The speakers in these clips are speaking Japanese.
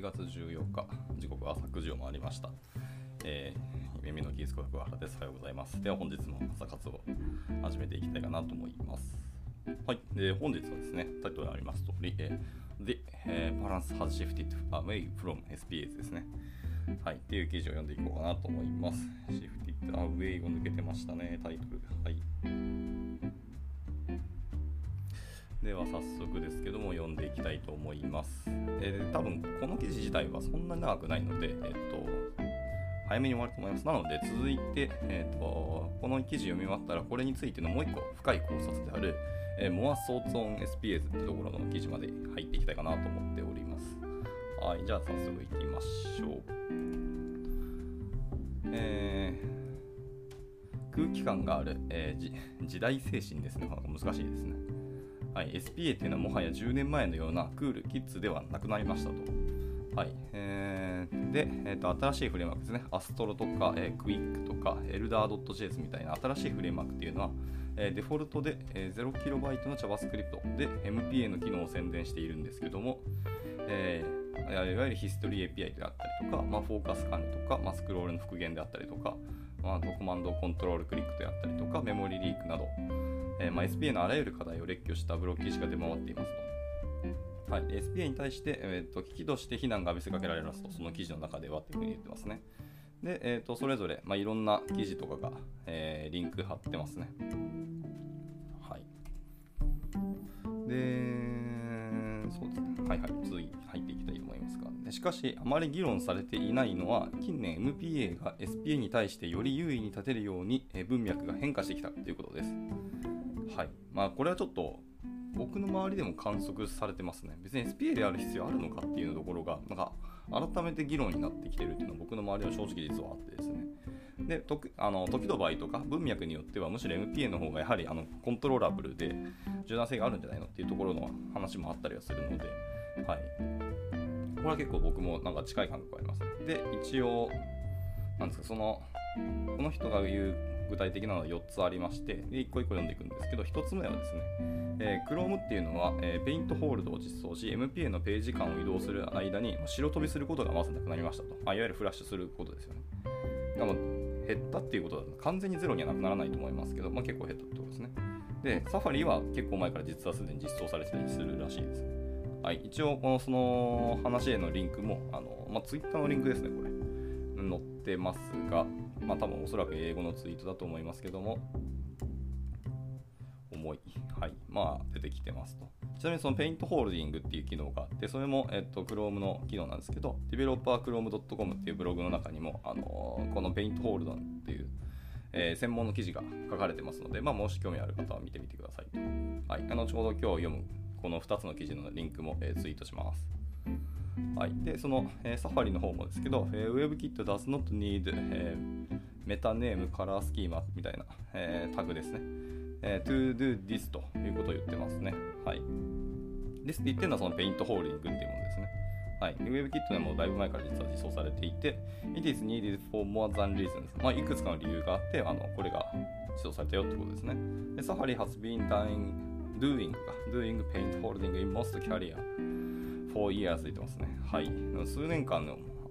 月14日、時刻は朝9時を回りました。耳のキースコ桑原です。おはようございます。では本日も朝活を始めていきたいかなと思います。はい。で本日はですね、タイトルにあります通り、The Balance has shifted away from SPAs ですね。はい。っていう記事を読んでいこうかなと思います。Shifted away を抜けてましたね、タイトル。はい。では早速ですけども読んでいきたいと思います。多分この記事自体はそんなに長くないので、早めに終わると思います。なので続いて、この記事読み終わったらこれについてのもう一個深い考察である、More Thoughts on SPAs ってところの記事まで入っていきたいかなと思っております。はい、じゃあ早速いきましょう。空気感がある、時代精神ですね。難しいですね。はい、SPA っていうのはもはや10年前のようなクールキッズではなくなりましたと。はい。で、新しいフレームワークですね。アストロとか、クイックとか、エルダー .js みたいな新しいフレームワークっていうのは、デフォルトで、0KB の JavaScript で MPA の機能を宣伝しているんですけども、いわゆるヒストリー API であったりとか、フォーカス管理とか、スクロールの復元であったりとか、コマンドコントロールクリックであったりとか、メモリリークなど、SPA のあらゆる課題を列挙したブログ記事が出回っていますと。はい、SPA に対して、危機として非難が浴びせかけられますと、その記事の中ではというふうに言ってますね。で、それぞれ、いろんな記事とかが、リンク貼ってますね。はい。で、そうですね。はいはい、次入っていきたいと思いますが、しかし、あまり議論されていないのは、近年 MPA が SPA に対してより優位に立てるように文脈が変化してきたということです。はい。これはちょっと僕の周りでも観測されてますね。別に SPA である必要あるのかっていうところが、改めて議論になってきているっていうのは僕の周りは正直実はあってですね。で、時と場合とか文脈によってはむしろ MPA の方がやはりコントローラブルで柔軟性があるんじゃないのっていうところの話もあったりはするので、はい。これは結構僕も近い感覚がありますね。で、一応、なんですか、この人が言う具体的なのは4つありまして、で一個一個読んでいくんですけど、1つ目はですね、Chrome っていうのは、ペイントホールドを実装し、MPA のページ間を移動する間に白飛びすることがまずなくなりましたと。いわゆるフラッシュすることですよね。減ったっていうことは完全にゼロにはなくならないと思いますけど、結構減ったってことですね。で、サファリは結構前から実はすでに実装されてたりするらしいです。はい、一応その話へのリンクもTwitter のリンクですね、これ載ってますが、多分おそらく英語のツイートだと思いますけども、はい、出てきてますと。ちなみにそのペイントホールディングっていう機能があって、それも、Chrome の機能なんですけど、developerchrome.com っていうブログの中にも、このペイントホールドっていう、専門の記事が書かれてますので、もし興味ある方は見てみてくださいと。はい、後ほど今日読むこの2つの記事のリンクも、ツイートします。はい、でその、サファリの方もですけど、WebKit does not need、meta name color schema みたいな、タグですね。to do this ということを言ってますね。はい。ですって言ってるのはそのペイントホールディングっていうものですね。はい。WebKit でもだいぶ前から実は実装されていて、It is needed for more than reasons。いくつかの理由があって、これが実装されたよってことですね。で、Safari has been doing paint holding in most carrier for years と言ってますね。はい。数年間に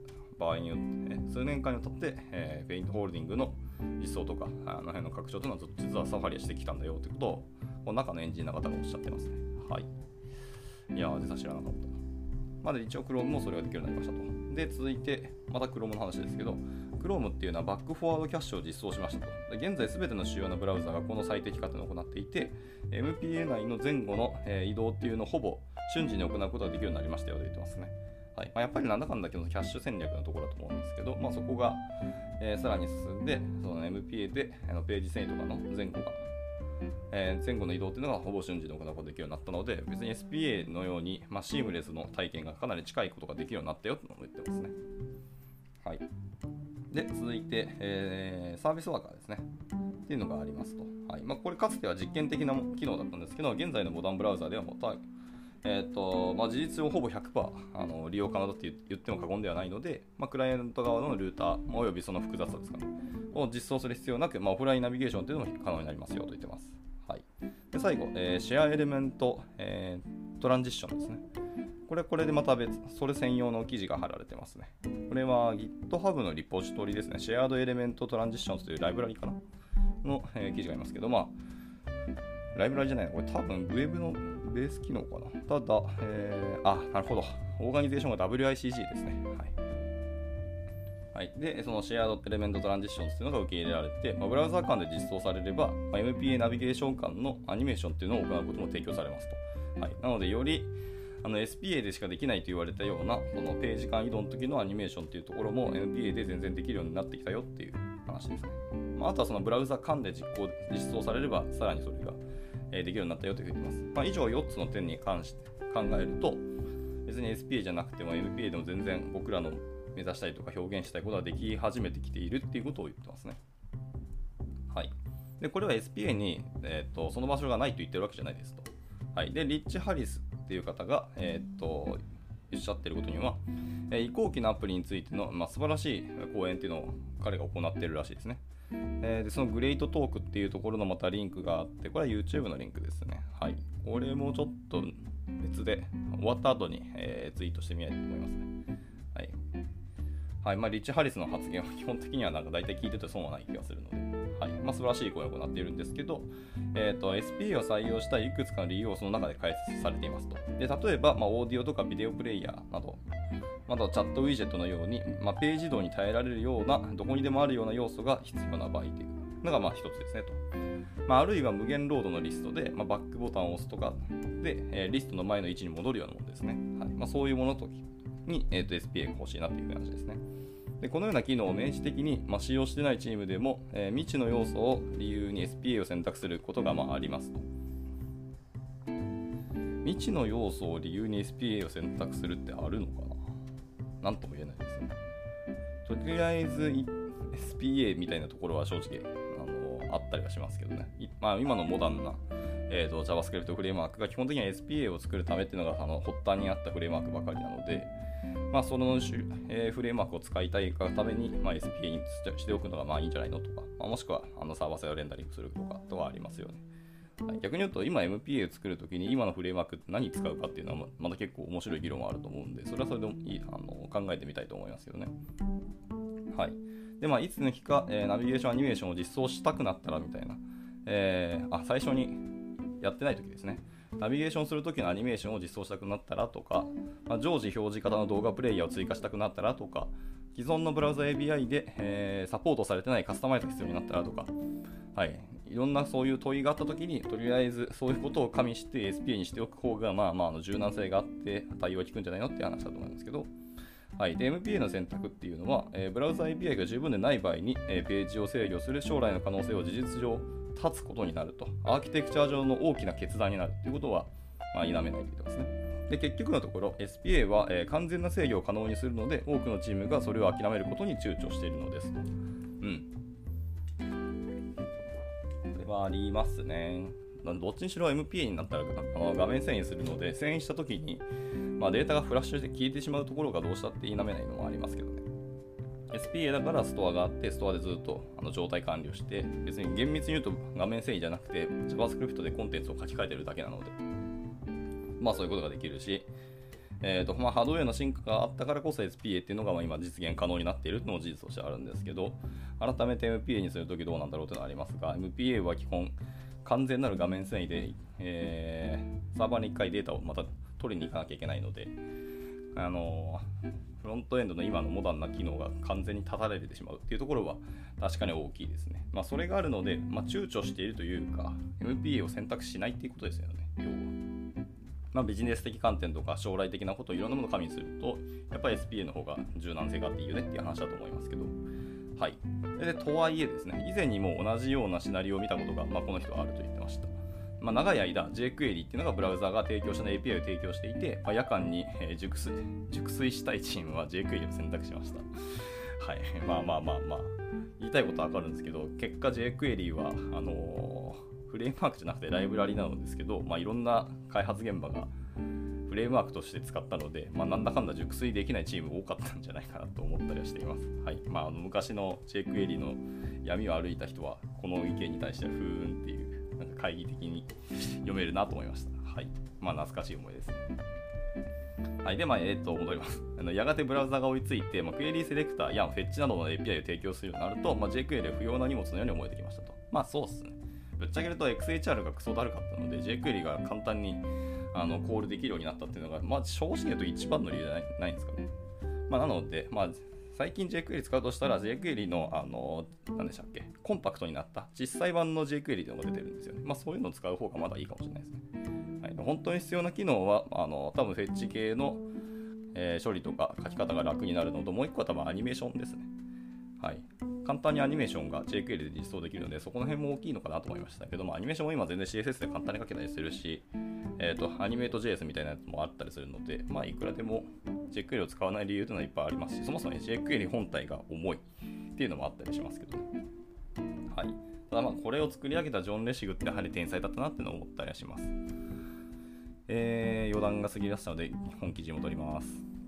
わたって、ペイントホールディングの実装とか、辺の拡張というのは実はサファリはしてきたんだよということを、この中のエンジニアの方がおっしゃってますね。はい。いやー、実は知らなかった。一応 Chrome もそれができるようになりましたと。で、続いて、また Chrome の話ですけど、Chrome っていうのはバックフォワードキャッシュを実装しましたと。現在、すべての主要なブラウザがこの最適化というのを行っていて、MPA 内の前後の移動っていうのをほぼ瞬時に行うことができるようになりましたよと言ってますね。はい。やっぱりなんだかんだけどキャッシュ戦略のところだと思うんですけど、そこが、さらに進んで、その MPA でページ遷移とかの前後の移動というのがほぼ瞬時に行うことができるようになったので、別に SPA のように、シームレスの体験がかなり近いことができるようになったよとも言ってますね。はい。で、続いて、サービスワーカーですね。っていうのがありますと。はい。これかつては実験的な機能だったんですけど、現在のモダンブラウザではもう事実上ほぼ 100% 利用可能だと言っても過言ではないので、クライアント側のルーターおよびその複雑さですかね、を実装する必要なく、オフラインナビゲーションというのも可能になりますよと言ってます。はい、で最後、シェアエレメント、トランジッションですね。ここれでまたそれ専用の記事が貼られてますね。これは GitHub のリポジトリですね。Shared Element Transitions というライブラリかなの、記事がありますけど、ライブラリじゃないの、これ多分 Web のベース機能かな。ただ、なるほど。オーガニゼーションが WICG ですね。はい。で、その Shared Element Transitions というのが受け入れられて、ブラウザ間で実装されれば、MPA ナビゲーション間のアニメーションというのを行うことも提供されますと。はい。なので、よりSPA でしかできないと言われたような、そのページ間移動の時のアニメーションというところも NPA で全然できるようになってきたよっていう話ですね。あとはそのブラウザ間で実装されれば、さらにそれができるようになったよというふうに言います。以上4つの点に関して考えると、別に SPA じゃなくても NPA でも全然僕らの目指したいとか表現したいことができ始めてきているっていうことを言ってますね。はい。で、これは SPA に、その場所がないと言ってるわけじゃないですと。はい。で、リッチ・ハリスっていう方が、おっしゃってることには、移行期のアプリについての、素晴らしい講演っていうのを彼が行っているらしいですね。でそのグレートトークっていうところのまたリンクがあって、これは YouTube のリンクですね。はい。これもちょっと別で終わった後に、ツイートしてみたいと思いますね。はい。リッチ・ハリスの発言は基本的には大体聞いてて損はない気がするので、はい。素晴らしい講演を行っているんですけど、SPA を採用したいくつかの理由をその中で解説されていますと。で、例えば、オーディオとかビデオプレイヤーなど、またチャットウィジェットのように、ページ移動に耐えられるような、どこにでもあるような要素が必要な場合というのが一つですねと。あるいは無限ロードのリストで、バックボタンを押すとかで、リストの前の位置に戻るようなものですね。はい。そういうものに、SPA が欲しいなという話ですね。でこのような機能を明示的に、使用していないチームでも、未知の要素を理由に SPA を選択することがありますと。未知の要素を理由に SPA を選択するってあるのかな？なんとも言えないですね。とりあえず SPA みたいなところは正直あったりはしますけどね。今のモダンな、JavaScript フレームワークが基本的には SPA を作るためっていうのが発端にあったフレームワークばかりなので、その、フレームワークを使いたいがために、SPA にしておくのがいいんじゃないのとか、もしくはサーバーサイドレンダリングするとかありますよね。逆に言うと今 MPA を作るときに今のフレームワーク何使うかっていうのはまだ結構面白い議論はあると思うんで、それはそれでもいい考えてみたいと思いますけどね。はい。でいつの日か、ナビゲーションアニメーションを実装したくなったらみたいな、最初にやってないときですね。ナビゲーションするときのアニメーションを実装したくなったらとか、常時表示型の動画プレイヤーを追加したくなったらとか、既存のブラウザ API で、サポートされてないカスタマイズが必要になったらとか、はい、いろんなそういう問いがあったときに、とりあえずそういうことを加味して SPA にしておく方が、柔軟性があって対応が効くんじゃないのっていう話だと思うんですけど、はい、で MPA の選択っていうのは、ブラウザ API が十分でない場合に、ページを制御する将来の可能性を事実上立つことになると、アーキテクチャ上の大きな決断になるということは、否めないと言ってますね。で結局のところ SPA は、完全な制御を可能にするので、多くのチームがそれを諦めることに躊躇しているのですと。これはありますね。どっちにしろ MPA になったら画面遷移するので、遷移したときに、データがフラッシュして消えてしまうところがどうしたって否めないのもありますけどね。SPA だからストアがあって、ストアでずっと状態管理をして、別に厳密に言うと画面遷移じゃなくて JavaScript でコンテンツを書き換えてるだけなので、そういうことができるし、ハードウェアの進化があったからこそ SPA っていうのが今実現可能になっているのも事実としてあるんですけど、改めて MPA にするときどうなんだろうというのはありますが、MPA は基本完全なる画面遷移で、サーバーに1回データをまた取りに行かなきゃいけないので、フロントエンドの今のモダンな機能が完全に断たれてしまうっていうところは確かに大きいですね。それがあるので、躊躇しているというか MPA を選択しないっていうことですよね、要は。ビジネス的観点とか将来的なことをいろんなものを加味すると、やっぱり SPA の方が柔軟性があっていいよねっていう話だと思いますけど、はい。でとはいえですね、以前にも同じようなシナリオを見たことが、この人はあると言ってました。長い間 jQuery っていうのがブラウザーが提供した API を提供していて、夜間に熟睡したいチームは jQuery を選択しました。はい。言いたいことはわかるんですけど、結果 jQuery はフレームワークじゃなくてライブラリなのですけど、いろんな開発現場がフレームワークとして使ったので、なんだかんだ熟睡できないチーム多かったんじゃないかなと思ったりはしています。はい。昔の jQuery の闇を歩いた人はこの意見に対してはふーんっていう懐疑的に読めるなと思いました。はい。懐かしい思いですね。 はい、で、戻ります。やがてブラウザが追いついて、クエリーセレクターやフェッチなどの API を提供するようになると、jQuery は不要な荷物のように思えてきましたと。そうっすね。ぶっちゃけると XHR がクソだるかったので、jQuery が簡単にコールできるようになったっていうのが、正直言うと一番の理由じゃないんですかね。なので、最近 jQuery 使うとしたら jQuery の、何でしたっけ、コンパクトになった実際版の jQuery っていうのが出てるんですよね。そういうのを使う方がまだいいかもしれないですね。はい、本当に必要な機能は多分フェッチ系の、処理とか書き方が楽になるのと、もう一個は多分アニメーションですね。はい、簡単にアニメーションが jQuery で実装できるので、そこの辺も大きいのかなと思いましたけど、アニメーションも今全然 CSS で簡単に書けたりするし、アニメート JS みたいなやつもあったりするので、いくらでも jQuery を使わない理由というのはいっぱいありますし、そもそも、jQuery 本体が重いっていうのもあったりしますけど、はい、ただこれを作り上げたジョン・レシグってやはり天才だったなっていうのを思ったりはします。余談が過ぎましたので本記事に戻ります。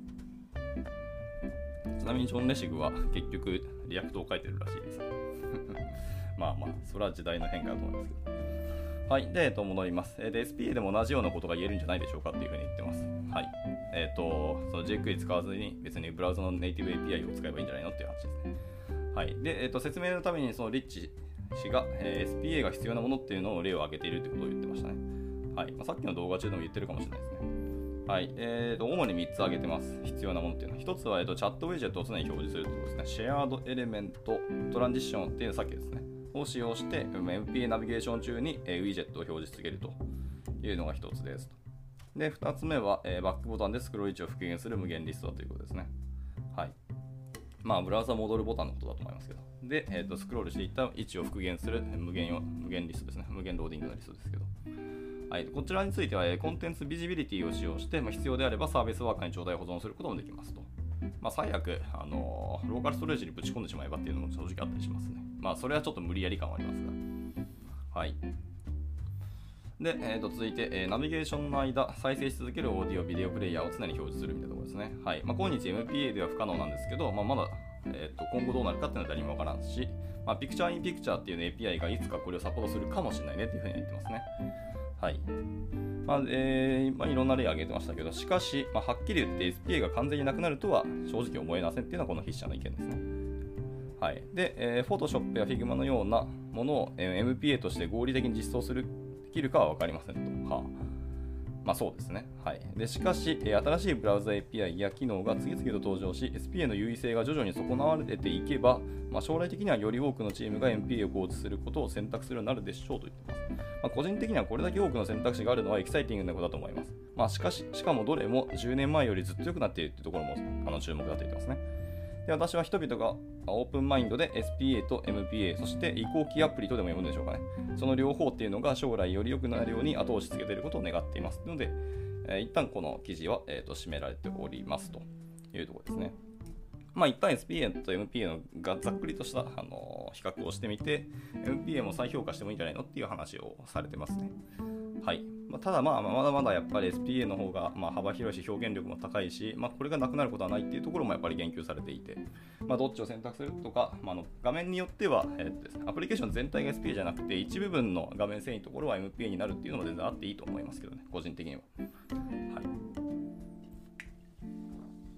ちなみにジョン・レシグは結局リアクトを書いてるらしいです。それは時代の変化だと思いますけど。はい、で、戻ります。で、SPA でも同じようなことが言えるんじゃないでしょうかっていうふうに言ってます。はい。その jQuery 使わずに別にブラウザのネイティブ API を使えばいいんじゃないのっていう話ですね。はい。で、説明のためにそのリッチ氏が、SPA が必要なものっていうのを例を挙げているということを言ってましたね。はい。さっきの動画中でも言ってるかもしれないですね。はい。主に3つ挙げてます。必要なものっていうのは。1つは、チャットウェジェットを常に表示するということですね。シェアードエレメントトランジッションっていうさっきですね。を使用して MPA ナビゲーション中にウィジェットを表示し続けるというのが1つです。で、2つ目はバックボタンでスクロール位置を復元する無限リストだということですね。はい。ブラウザ戻るボタンのことだと思いますけど。で、スクロールしていった位置を復元する無限リストですね。無限ローディングのリストですけど。はい、こちらについては、コンテンツビジビリティを使用して、必要であればサービスワーカーに頂戴保存することもできますと。最悪、ローカルストレージにぶち込んでしまえばっていうのも正直あったりしますね。それはちょっと無理やり感はありますが。はい。で、続いて、ナビゲーションの間、再生し続けるオーディオ、ビデオプレイヤーを常に表示するみたいなところですね。はい。今日 MPA では不可能なんですけど、まだ、今後どうなるかっていうのは誰にもわからんし、ピクチャーインピクチャーっていう、API がいつかこれをサポートするかもしれないねっていうふうに言ってますね。はい。いろんな例挙げてましたけど、しかし、はっきり言って SPA が完全になくなるとは正直思えませんっていうのはこの筆者の意見ですね。はい。で、Photoshop や Figma のようなものを MPA として合理的に実装できるかは分かりませんと。そうですね。はい。で、しかし、新しいブラウザ API や機能が次々と登場し、SPA の優位性が徐々に損なわれていけば、将来的にはより多くのチームが MPA を構築することを選択するようになるでしょうと言ってます。個人的にはこれだけ多くの選択肢があるのはエキサイティングなことだと思います。しかもどれも10年前よりずっと良くなっているというところも注目だと言ってますね。で、私は人々がオープンマインドで SPA と MPA、そして移行期アプリとでも読むんでしょうかね。その両方っていうのが将来より良くなるように後押し続けていることを願っていますので、一旦この記事は、締められておりますというところですね。一旦 SPA と MPA のがざっくりとした、比較をしてみて、MPA も再評価してもいいんじゃないのっていう話をされてますね。はい。ただまだまだやっぱり SPA の方が幅広いし表現力も高いし、これがなくなることはないっていうところもやっぱり言及されていて、どっちを選択するとか、画面によっては、アプリケーション全体が SPA じゃなくて一部分の画面遷移のところは MPA になるっていうのも全然あっていいと思いますけどね、個人的には。はい。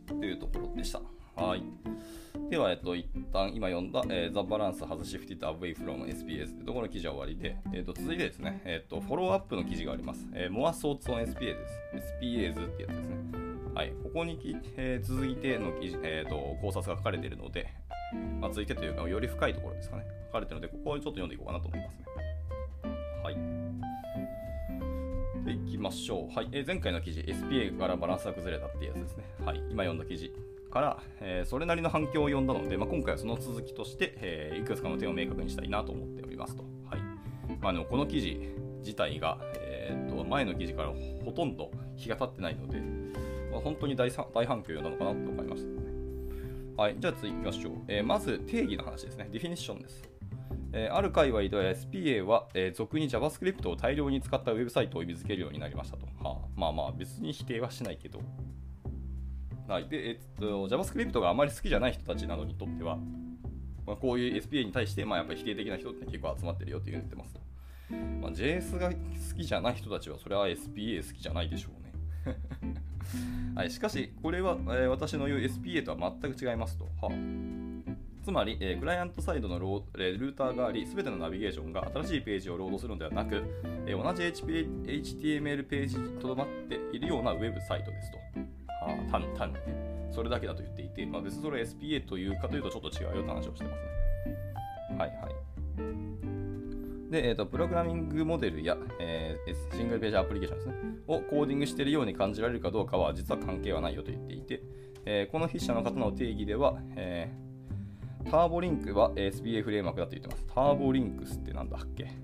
というところでした。はい。では、一旦今読んだ、The Balance Has Shifted Away from SPS というところの記事は終わりで、続いてですね、フォローアップの記事があります。More Thoughts on SPA です。SPAs ってやつですね。はい。ここに続いての記事、考察が書かれているので、続いてというか、より深いところですかね。書かれているので、ここをちょっと読んでいこうかなと思いますね。はい。で、いきましょう。はい。前回の記事、SPA からバランスが崩れたっていうやつですね。はい。今読んだ記事から、それなりの反響を呼んだので、今回はその続きとして、いくつかの点を明確にしたいなと思っておりますと。はい。この記事自体が、前の記事からほとんど日が経ってないので、本当に大反響を呼んだのかなと思いましたね。はい。じゃあ次行きましょう。まず定義の話ですね。ディフィニッションです。ある界隈では SPA は、俗に JavaScript を大量に使ったウェブサイトを意味付けるようになりましたと。別に否定はしないけど。はい。で、JavaScript があまり好きじゃない人たちなどにとっては、こういう SPA に対して、やっぱり否定的な人って結構集まってるよって言ってますと。JS が好きじゃない人たちは、それは SPA 好きじゃないでしょうね。 はい、しかし、これは、私の言う SPA とは全く違いますと。つまり、クライアントサイドのルーターがあり、すべてのナビゲーションが新しいページをロードするのではなく、同じ HTML ページにとどまっているようなウェブサイトですと。単にね、それだけだと言っていて、別にそれ SPA というかというとちょっと違うよって話をしてますね。はいはい。で、プログラミングモデルや、シングルページアプリケーションですね、をコーディングしているように感じられるかどうかは実は関係はないよと言っていて、この筆者の方の定義では、ターボリンクは SPA フレームワークだと言ってます。ターボリンクスってなんだっけ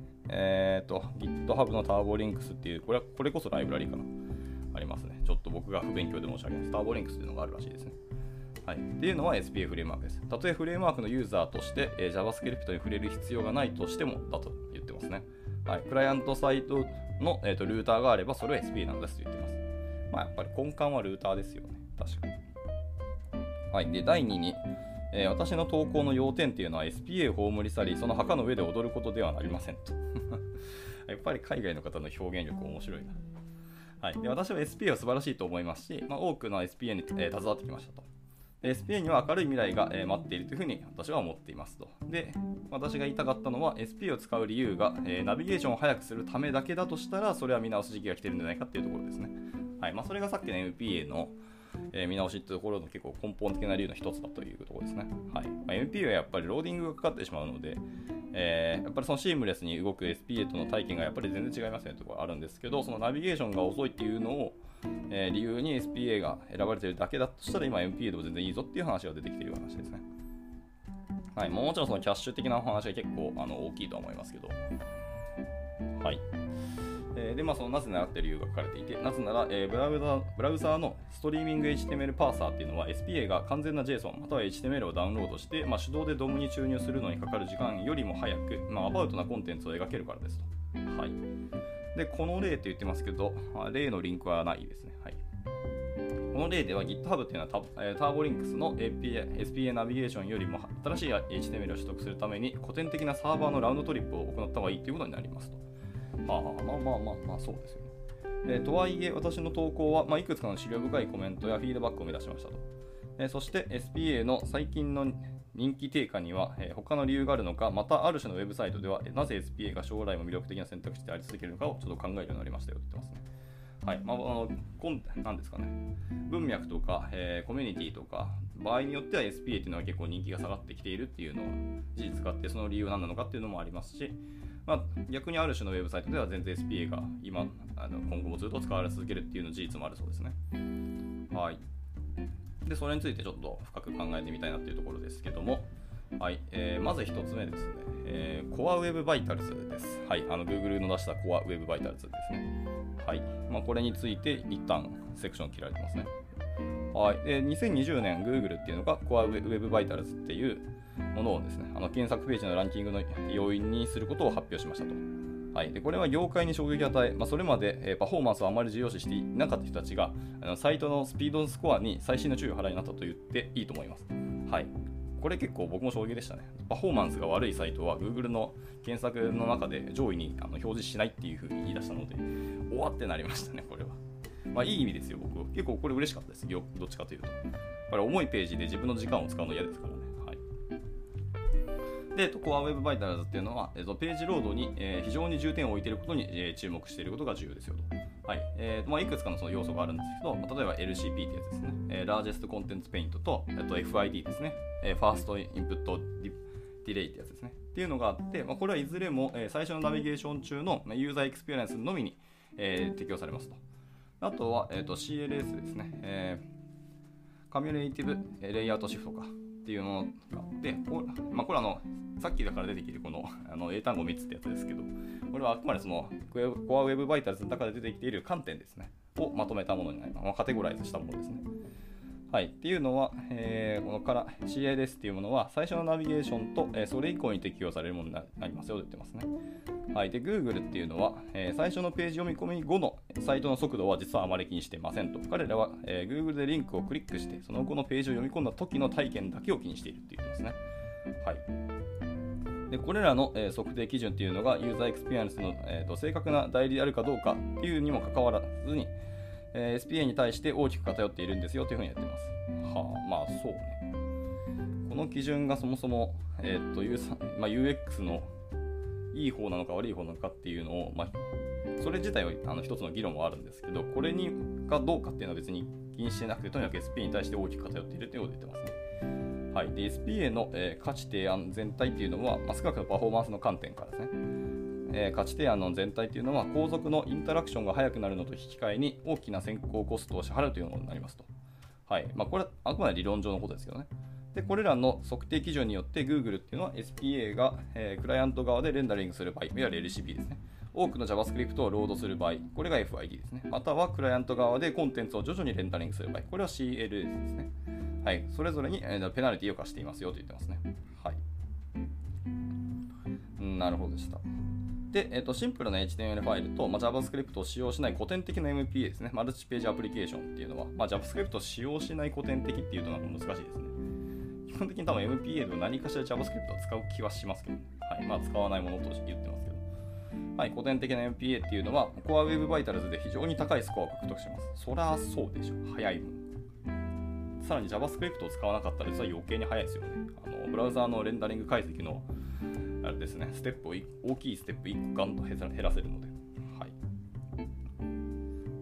GitHub のターボリンクスっていう、これこそライブラリかな。ありますね。ちょっと僕が不勉強で申し訳ないです。ターボリンクスっていうのがあるらしいですね。はい。っていうのは SPA フレームワークです。たとえフレームワークのユーザーとして、JavaScript に触れる必要がないとしてもだと言ってますね。はい。クライアントサイトの、ルーターがあればそれは SPA なんですと言ってます。やっぱり根幹はルーターですよね。確かに。はい。で、第2に、私の投稿の要点っていうのは SPA を葬り去り、その墓の上で踊ることではなりませんと。やっぱり海外の方の表現力面白いな。はい、で私は SPA は素晴らしいと思いますし、多くの SPA に、携わってきましたと。SPA には明るい未来が、待っているというふうに私は思っていますと。で、私が言いたかったのは SPA を使う理由が、ナビゲーションを早くするためだけだとしたら、それは見直す時期が来てるんじゃないかっていうところですね。はい、それがさっきの MPA の見直しっていうところの結構根本的な理由の一つだというところですね。はい。MPA はやっぱりローディングがかかってしまうので、やっぱりそのシームレスに動く SPA との体験がやっぱり全然違いますねというところがあるんですけど、そのナビゲーションが遅いっていうのを、理由に SPA が選ばれているだけだとしたら今 MPA でも全然いいぞっていう話が出てきている話ですね。はい。もちろんそのキャッシュ的な話が結構大きいとは思いますけど、はい。で、そのなぜならっていう理由が書かれていて、なぜなら、ブラウザーのストリーミング HTML パーサーっていうのは SPA が完全な JSON または HTML をダウンロードして、手動で DOM に注入するのにかかる時間よりも早く、アバウトなコンテンツを描けるからですと。はい。で、この例って言ってますけど、例のリンクはないですね。はい。この例では GitHub っていうのはターボリンクスの SPA ナビゲーションよりも新しい HTML を取得するために古典的なサーバーのラウンドトリップを行った方がいいということになりますと。そうですよね。とはいえ、私の投稿は、いくつかの資料深いコメントやフィードバックを目指しましたと。そして SPA の最近の人気低下には、他の理由があるのか、またある種のウェブサイトでは、なぜ SPA が将来も魅力的な選択肢であり続けるのかをちょっと考えるようになりましたよと言ってますね。はい。なんですかね。文脈とか、コミュニティとか、場合によっては SPA っていうのは結構人気が下がってきているっていうのは事実があって、その理由は何なのかっていうのもありますし、逆にある種のウェブサイトでは全然 SPA が今後もずっと使われ続けるっていうの事実もあるそうですね。はい。で、それについてちょっと深く考えてみたいなっていうところですけども、はい。まず一つ目ですね。Core Web Vitals です。はい。Google の出した Core Web Vitals ですね。はい。これについて一旦セクション切られてますね。はい。で、2020年 Google っていうのが Core Web Vitals っていうものをですね、検索ページのランキングの要因にすることを発表しましたと。はい、でこれは業界に衝撃を与え、それまで、パフォーマンスをあまり重要視していなかった人たちがサイトのスピードスコアに細心の注意を払いになったと言っていいと思います。はい、これ結構僕も衝撃でしたね。パフォーマンスが悪いサイトは Google の検索の中で上位に表示しないっていうふうに言い出したので、終わってなりましたね、これは。いい意味ですよ、僕は。結構これ嬉しかったです、どっちかというと。やっぱり重いページで自分の時間を使うの嫌ですからね。で、Core Web Vitals っていうのは、ページロードに、非常に重点を置いていることに、注目していることが重要ですよと。はい。いくつかのその要素があるんですけど、例えば LCP ってやつですね。Largest Content Paint と、FID ですね。First Input Delay ってやつですね。っていうのがあって、これはいずれも、最初のナビゲーション中のユーザーエクスペリエンスのみに、適用されますと。あとは、CLS ですね。コミュニティブレイアウトシフトか。っていうものがあって、これさっきだから出てきてこの英単語3つってやつですけど、これはあくまでその Core Web Vitals の中で出てきている観点ですね、をまとめたものになります。カテゴライズしたものですね。はい。っていうのは、このから CLS っていうものは最初のナビゲーションと、それ以降に適用されるものになりますよと言ってますね。はい。で、Google っていうのは、最初のページ読み込み後のサイトの速度は実はあまり気にしていませんと。彼らは、Google でリンクをクリックして、その後のページを読み込んだ時の体験だけを気にしているって言ってますね。はい。で、これらの、測定基準っていうのがユーザーエクスペリエンスの、正確な代理であるかどうかっていうにもかかわらずに、 SPA に対して大きく偏っているんですよというふうにやってます。まあそうね。この基準がそもそも、UX のいい方なのか悪い方なのかっていうのを、それ自体は一つの議論はあるんですけど、これがどうかっていうのは別に気にしてなくて、とにかく SPA に対して大きく偏っているということを言ってますね。はい、で SPA の、価値提案全体っていうのは、少なくともパフォーマンスの観点からですね、価値提案の全体っていうのは後続のインタラクションが速くなるのと引き換えに大きな先行コストを支払うというものになりますと。はい、これはあくまで理論上のことですけどね。でこれらの測定基準によって Google っていうのは SPA が、クライアント側でレンダリングする場合、いわゆる LCP ですね。多くの JavaScript をロードする場合、これが FID ですね。またはクライアント側でコンテンツを徐々にレンダリングする場合、これは CLS ですね。はい、それぞれにペナルティを課していますよと言ってますね。はい。なるほどでした。で、シンプルな HTML ファイルと、JavaScript を使用しない古典的な MPA ですね。マルチページアプリケーションっていうのは、JavaScript を使用しない古典的っていうのは難しいですね。基本的に多分 MPA でも何かしら JavaScript を使う気はしますけど、はい、使わないものと言ってますけど、はい、古典的な MPA っていうのは Core Web Vitals で非常に高いスコアを獲得します。そりゃそうでしょ、早いもん。さらに JavaScript を使わなかったら実は余計に早いですよね。ブラウザーのレンダリング解析のあれですね、大きいステップ1個ガンと減らせるので。はい。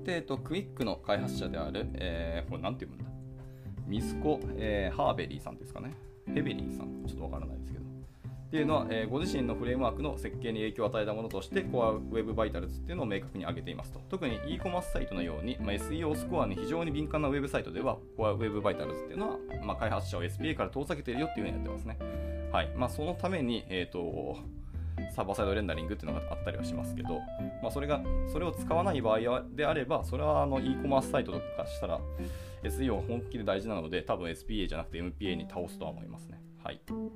で、クイックの開発者である、これなんて読むんだ、ミスコ、ハーベリーさんですかね。ヘベリーさん、ちょっとわからないですけど。っていうのは、ご自身のフレームワークの設計に影響を与えたものとして Core Web Vitals っていうのを明確に挙げていますと。特に e コマースサイトのように、SEO スコアに非常に敏感なウェブサイトでは Core Web Vitals っていうのは、開発者を SPA から遠ざけているよっていうふうにやってますね。はい。そのために、サーバーサイドレンダリングっていうのがあったりはしますけど、それを使わない場合であれば、それはe コマースサイトとかしたら SEO が本気で大事なので、多分 SPA じゃなくて MPA に倒すとは思いますね。はい。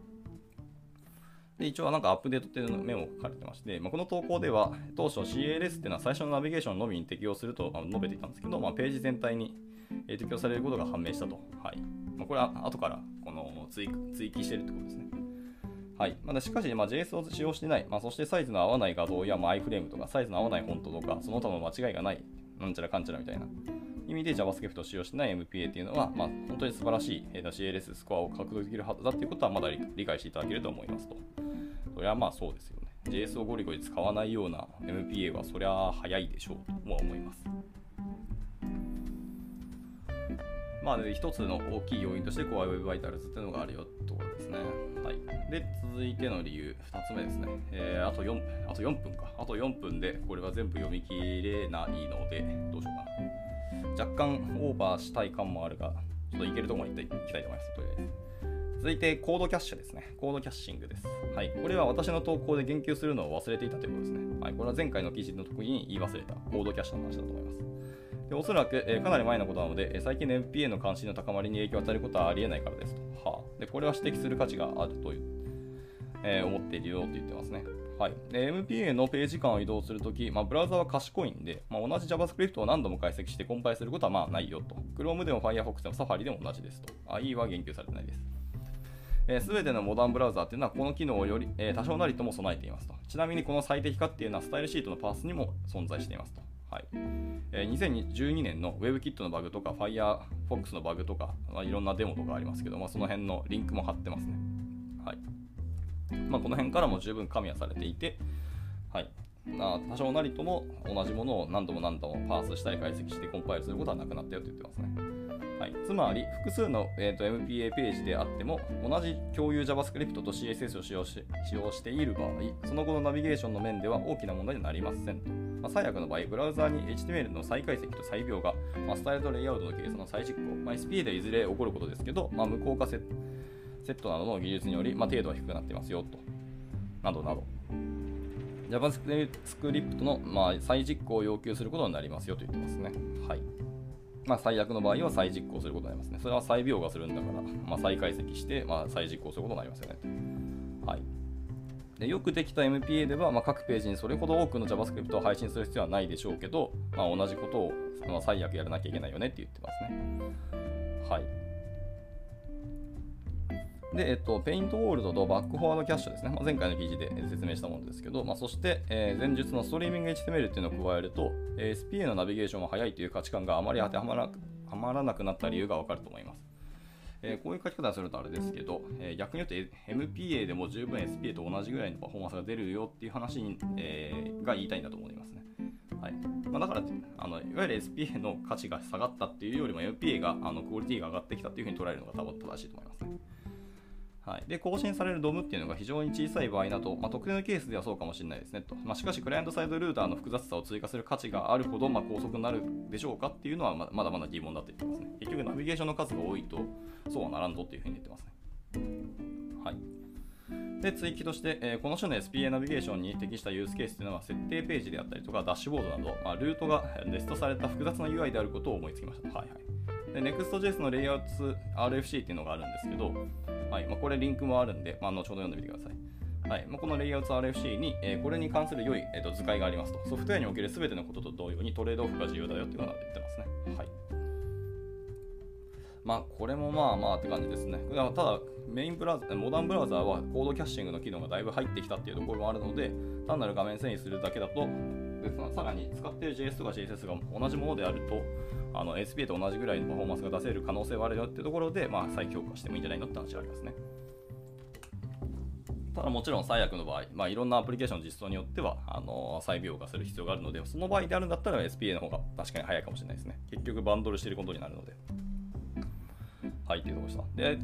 で一応アップデートっていうメモを書かれてまして、この投稿では当初 CLS っていうのは最初のナビゲーションのみに適用すると述べていたんですけど、ページ全体に適用されることが判明したと。はい。これは後からこの追記してるってことですね。はい。しかし、JS を使用していない、そしてサイズの合わない画像や、アイフレームとか、サイズの合わないフォントとか、その他の間違いがない、なんちゃらかんちゃらみたいな意味で JavaScript を使用してない MPA っていうのは、本当に素晴らしい CLS スコアを獲得できるはずだっていうことはまだ理解していただけると思いますと。それはそうですよね。JS をゴリゴリ使わないような MPA はそりゃ早いでしょうとは思います。一つの大きい要因として Core Web Vitals っていうのがあるよってことですね。はい。で、続いての理由、2つ目ですね。あと4分か。あと4分でこれは全部読み切れないので、どうしようかな。若干オーバーしたい感もあるが、ちょっといけるところまで行きたいと思います。とりあえず。続いてコードキャッシュですね。コードキャッシングです。はい。これは私の投稿で言及するのを忘れていたということですね。はい。これは前回の記事の時に言い忘れたコードキャッシュの話だと思います。でおそらく、かなり前のことなので、最近の MPA の関心の高まりに影響を与えることはありえないからですと。でこれは指摘する価値があるという、思っているよと言ってますね。はい。で MPA のページ間を移動するとき、ブラウザは賢いんで、同じ JavaScript を何度も解析してコンパイルすることはないよと。Chrome でも Firefox でも Safari でも同じですと。IE は言及されてないです。すべてのモダンブラウザーというのはこの機能をより、多少なりとも備えていますと。ちなみにこの最適化っていうのはスタイルシートのパースにも存在していますと。はい。2012年の WebKit のバグとか Firefox のバグとか、いろんなデモとかありますけど、その辺のリンクも貼ってますね。はい。この辺からも十分加味はされていて、はい。多少なりとも同じものを何度もパースしたり解析してコンパイルすることはなくなったよと言ってますね。はい、つまり複数の、MPA ページであっても同じ共有 JavaScript と CSS を使用している場合、その後のナビゲーションの面では大きな問題になりませんと。最悪の場合、ブラウザーに HTML の再解析と再描画、スタイルとレイアウトのケースの再実行、SPA でいずれ起こることですけど、無効化セットなどの技術により、程度は低くなっていますよと。などなど。JavaScript の、再実行を要求することになりますよと言ってますね。はい。最悪の場合は再実行することになりますね。それは再描画するんだから、再解析して、再実行することになりますよね。はい。でよくできた MPA では、各ページにそれほど多くの JavaScript を配信する必要はないでしょうけど、同じことを、最悪やらなきゃいけないよねって言ってますね。はい。 で、ペイントウォールドとバックフォワードキャッシュですね。前回の記事で説明したものですけど、そして、前述のストリーミング HTML っていうのを加えると、SPA のナビゲーションが速いという価値観があまり当てはまらなくなった理由がわかると思います。こういう書き方をするとあれですけど、逆に言うと MPA でも十分 SPA と同じぐらいのパフォーマンスが出るよっていう話が言いたいんだと思いますね。はい。だからいわゆる SPA の価値が下がったっていうよりも MPA がクオリティが上がってきたっていうふうに捉えるのが多分正しいと思いますね。はい、で更新される DOM っていうのが非常に小さい場合だと、特定のケースではそうかもしれないですねと。しかしクライアントサイドルーターの複雑さを追加する価値があるほど、高速になるでしょうかっていうのはまだまだ疑問だって言ってますね。結局ナビゲーションの数が多いとそうはならんぞっていうふうに言ってますね。はい。で追記として、この種の SPA ナビゲーションに適したユースケースというのは設定ページであったりとかダッシュボードなど、ルートがレストされた複雑な UI であることを思いつきました。はいはい。で Next.js のレイアウト RFC っていうのがあるんですけど、はい、これリンクもあるんで、後ほど読んでみてください。はい、このレイアウト RFC に、これに関する良い、図解がありますと。ソフトウェアにおける全てのことと同様にトレードオフが重要だよっていうのが言ってますね。はい。これもって感じですね。ただ、メインブラウザ、モダンブラウザーはコードキャッシングの機能がだいぶ入ってきたっていうところもあるので、単なる画面遷移するだけだと、さらに使っている JS とか CSS が同じものであると、SPA と同じぐらいのパフォーマンスが出せる可能性はあるよっていうところで、再強化してもいいんじゃないのって話がありますね。ただもちろん最悪の場合、いろんなアプリケーションの実装によっては再描画する必要があるので、その場合であるんだったら SPA の方が確かに早いかもしれないですね。結局バンドルしていることになるので。はい、というところでした。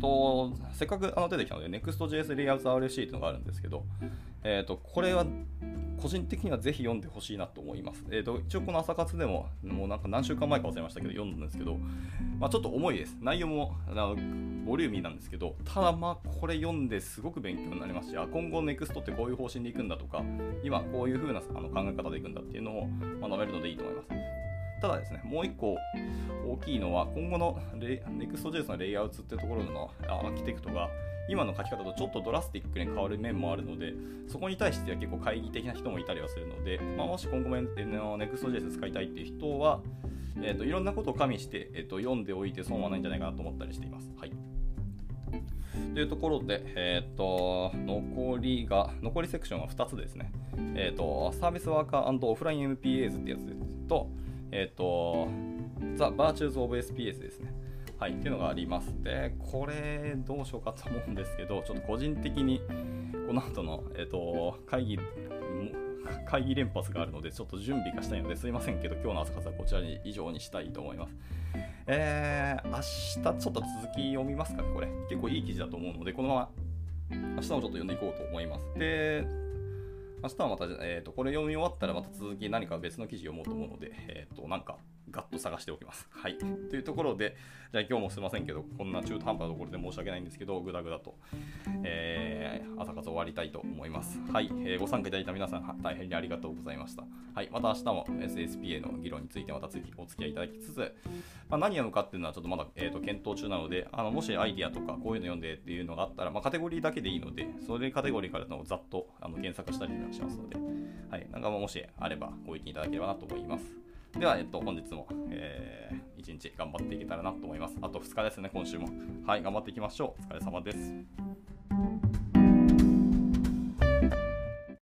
で、せっかく出てきたので、Next.js Layouts RFC というのがあるんですけど、これは個人的にはぜひ読んでほしいなと思います。一応この朝活でも、もう何週間前か忘れましたけど、読んだんですけど、ちょっと重いです。内容もボリューミーなんですけど、ただこれ読んですごく勉強になりますし、今後 Next ってこういう方針でいくんだとか、今こういう風な考え方でいくんだっていうのを学べるのでいいと思います。ただですね、もう一個大きいのは、今後の Next.js のレイアウトっていうところのアーキテクトが、今の書き方とちょっとドラスティックに変わる面もあるので、そこに対しては結構懐疑的な人もいたりはするので、もし今後も Next.js 使いたいっていう人は、いろんなことを加味して、読んでおいて損はないんじゃないかなと思ったりしています。はい。というところで、残りセクションは2つですね。サービスワーカー&オフライン MPAs ってやつと、The Virtues of SPS ですね。はい、っていうのがあります。で、これどうしようかと思うんですけど、ちょっと個人的にこの後の、会議連発があるので、ちょっと準備がしたいのですいませんけど、今日の朝活はこちらに以上にしたいと思います。明日ちょっと続き読みますかね、これ。結構いい記事だと思うので、このまま明日もちょっと読んでいこうと思います。で、明日はまた、これ読み終わったらまた続き何か別の記事読もうと思うので、なんかガッと探しておきます。はい。というところで、じゃあ今日もすいませんけど、こんな中途半端なところで申し訳ないんですけど、ぐだぐだと、朝活終わりたいと思います。はい。ご参加いただいた皆さん、大変にありがとうございました。はい。また明日も SSPA の議論についてまたお付き合いいただきつつ、何読むかっていうのはちょっとまだ、検討中なので、もしアイディアとかこういうの読んでっていうのがあったら、カテゴリーだけでいいので、それカテゴリーからのざっと検索したりしますので、はい。なんかもしあればご意見いただければなと思います。では、本日も、1日頑張っていけたらなと思います。あと2日ですね、今週も。はい、頑張っていきましょう。お疲れ様です。